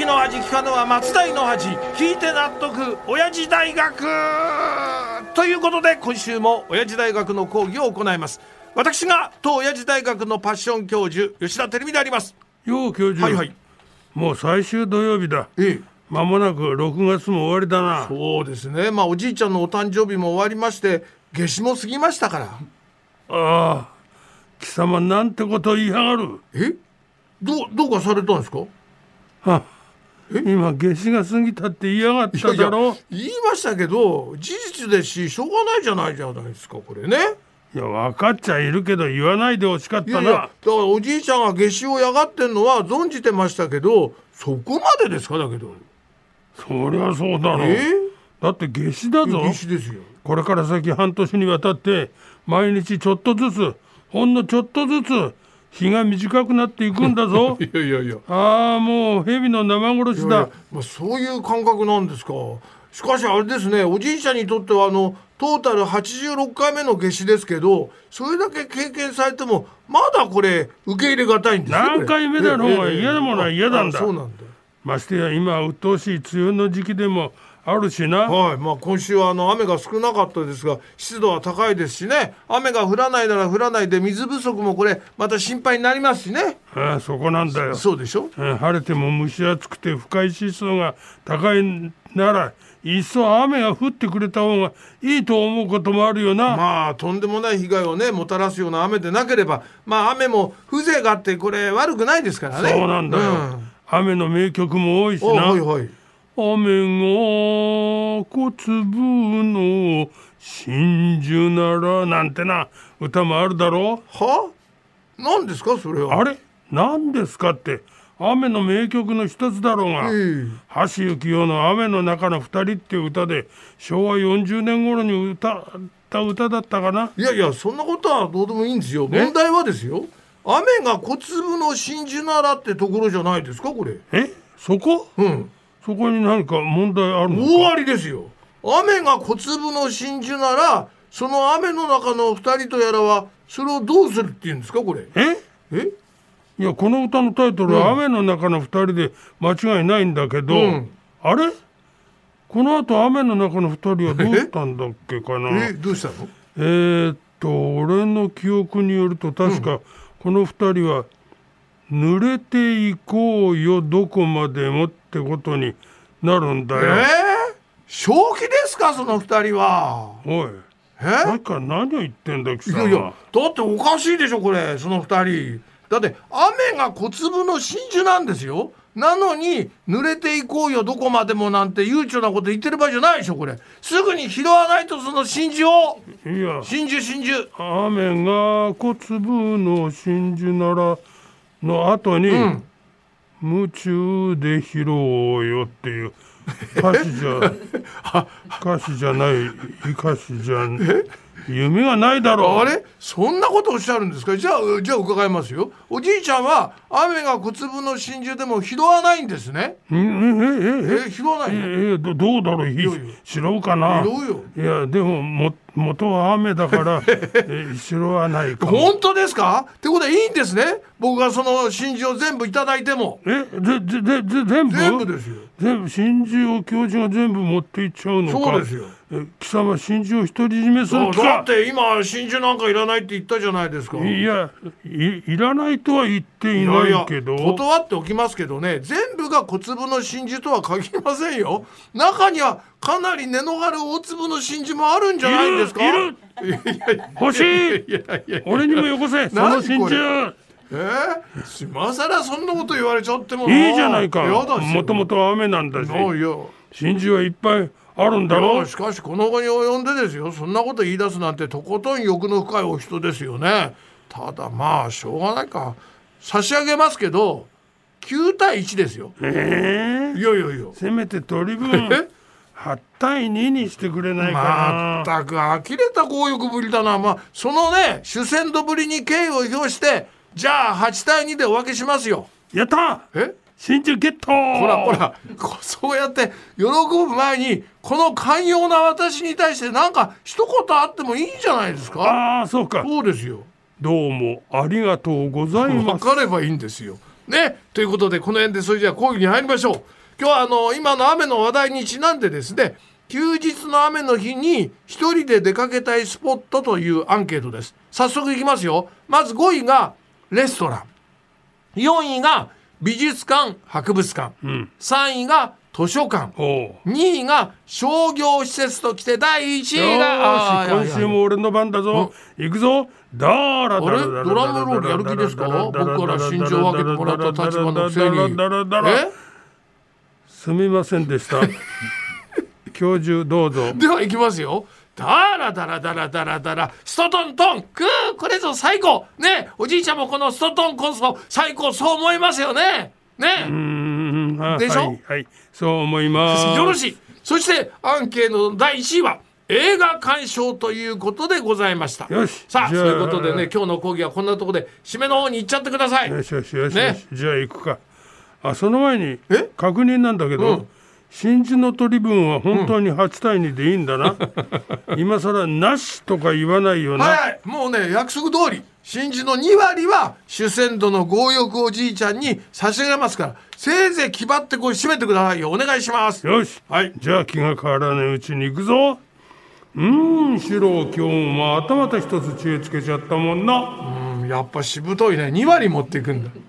時の味聞かぬは松代の恥、聞いて納得親父大学ということで、今週も親父大学の講義を行います。私が当親父大学のパッション教授吉田照美であります。 よう教授、 はいはい、 もう最終土曜日だ。間もなく6月も終わりだな。 そうですね、おじいちゃんのお誕生日も終わりまして、夏至も過ぎましたから。 ああ、貴様なんてこと言いやがる。 どうかされたんですか？ 今夏至が過ぎたって言いやがっただろ。 言いましたけど事実ですし、しょうがないじゃないですか、これね。 いや、分かっちゃいるけど言わないでほしかったな。 だからおじいちゃんが夏至をやがってんのは存じてましたけど、そこまでですか？だけどそりゃそうだろ。だって夏至だぞ。 夏至ですよ。これから先半年にわたって毎日ちょっとずつ、ほんのちょっとずつ日が短くなっていくんだぞ。 いやもう蛇の生殺しだ。 そういう感覚なんですか。しかしあれですね、おじいちゃんにとってはトータル86回目の夏至ですけど、それだけ経験されてもまだこれ受け入れがたいんですよ。 何回目だろうが嫌なものは嫌なんだ。 そうなんだ。 ましてや今鬱陶しい梅雨の時期でもあるしな。 今週は雨が少なかったですが、湿度は高いですしね。雨が降らないなら降らないで、水不足もこれまた心配になりますしね。 そこなんだよ。 そうでしょ。 晴れても蒸し暑くて不快指数が高いなら、いっそ雨が降ってくれた方がいいと思うこともあるよな。 とんでもない被害をねもたらすような雨でなければ、雨も風情があってこれ悪くないですからね。 そうなんだよ、雨の名曲も多いしな。雨が小粒の真珠ならなんてな歌もあるだろう。 何ですかそれは。 あれ何ですかって、雨の名曲の一つだろうが、橋幸夫の雨の中の二人っていう歌で昭和40年頃に歌った歌だったかな。 いやそんなことはどうでもいいんですよ。問題はですよ、雨が小粒の真珠ならってところじゃないですかこれ。 そこ？そこに何か問題あるのか？ 大ありですよ。雨が小粒の真珠なら、その雨の中の二人とやらはそれをどうするっていうんですかこれ。 いや、この歌のタイトルは雨の中の二人で間違いないんだけど、あれこの後雨の中の二人はどうしたんだっけかな。 どうしたの？ 俺の記憶によると確かこの二人は濡れていこうよどこまでもってことになるんだよ。 正気ですかその二人は。 おい、さっきから何を言ってんだ貴様。 だっておかしいでしょこれ。その二人だって雨が小粒の真珠なんですよ。なのに濡れていこうよどこまでもなんて悠長なこと言ってる場合じゃないでしょこれ。すぐに拾わないとその真珠を。真珠雨が小粒の真珠ならの後に、夢中で拾おうよっていう歌詞じゃない歌詞じゃ夢がないだろう。 あれそんなことおっしゃるんですか。じゃあ伺いますよ。おじいちゃんは雨が小粒の真珠でも拾わないんですね。拾わないの？ どうだろう。拾うかな。いやでも元は雨だから拾わないかも。 本当ですか？ってことはいいんですね。僕がその真珠を全部いただいても。全部ですよ。 真珠を教授が全部持っていっちゃうのか。 そうですよ。 貴様真珠を独り占めする気か。 だって今真珠なんかいらないって言ったじゃないですか。 いらないとは言っていないけど。 断っておきますけどね、全部が小粒の真珠とは限りませんよ。中にはかなり値の張る大粒の真珠もあるんじゃないんですか。 欲しい。俺にもよこせその真珠。 今さらそんなこと言われちゃってもいいじゃないか。もともとは雨なんだし真珠はいっぱいあるんだろう。 しかしこの後に及んでですよ、そんなこと言い出すなんてとことん欲の深いお人ですよね。ただしょうがないか。差し上げますけど9対1ですよ。いやせめて取り分8対2にしてくれないかな。 まったく呆れた強欲ぶりだな。そのね主戦度ぶりに敬意を表して、じゃあ8対2でお分けしますよ。 やった。真珠ゲット。 ほらそうやって喜ぶ前にこの寛容な私に対して何か一言あってもいいじゃないですか。 そうか。 そうですよ。 どうもありがとうございます。 分かればいいんですよ。 ね。ということでこの辺でそれじゃあ講義に入りましょう。今日は今の雨の話題にちなんでですね、休日の雨の日に一人で出かけたいスポットというアンケートです。早速いきますよ。まず5位がレストラン、4位が美術館博物館、3位が図書館、2位が商業施設ときて第1位が今週も俺の番だぞ。行くぞ。ダーラあれドラムロールやる気ですか？僕から心情を分けてもらった立場のくせに。 すみませんでした。教授どうぞ。 では行きますよ。ダラダラダラダラダラストトントンクー、これぞ最高ね。おじいちゃんもこのストトンこそ最高、そう思いますよね。ねでしょ。 はい、そう思います。 よろしい。そしてアンケートの第1位は映画鑑賞ということでございました。 よし、 さあそういうことでね、今日の講義はこんなところで締めの方に行っちゃってください。 よし、ね、じゃあ行くか。その前に確認なんだけど、真珠の取り分は本当に8対2でいいんだな。今更なしとか言わないよな。 はい、もうね約束通り真珠の2割は主戦度の強欲おじいちゃんに差し上げますから、せいぜい気張ってこい、締めてくださいよ。お願いします。 よし、はい、じゃあ気が変わらないうちに行くぞ。四郎今日もまたまた一つ知恵つけちゃったもんな。 やっぱしぶといね。2割持っていくんだ。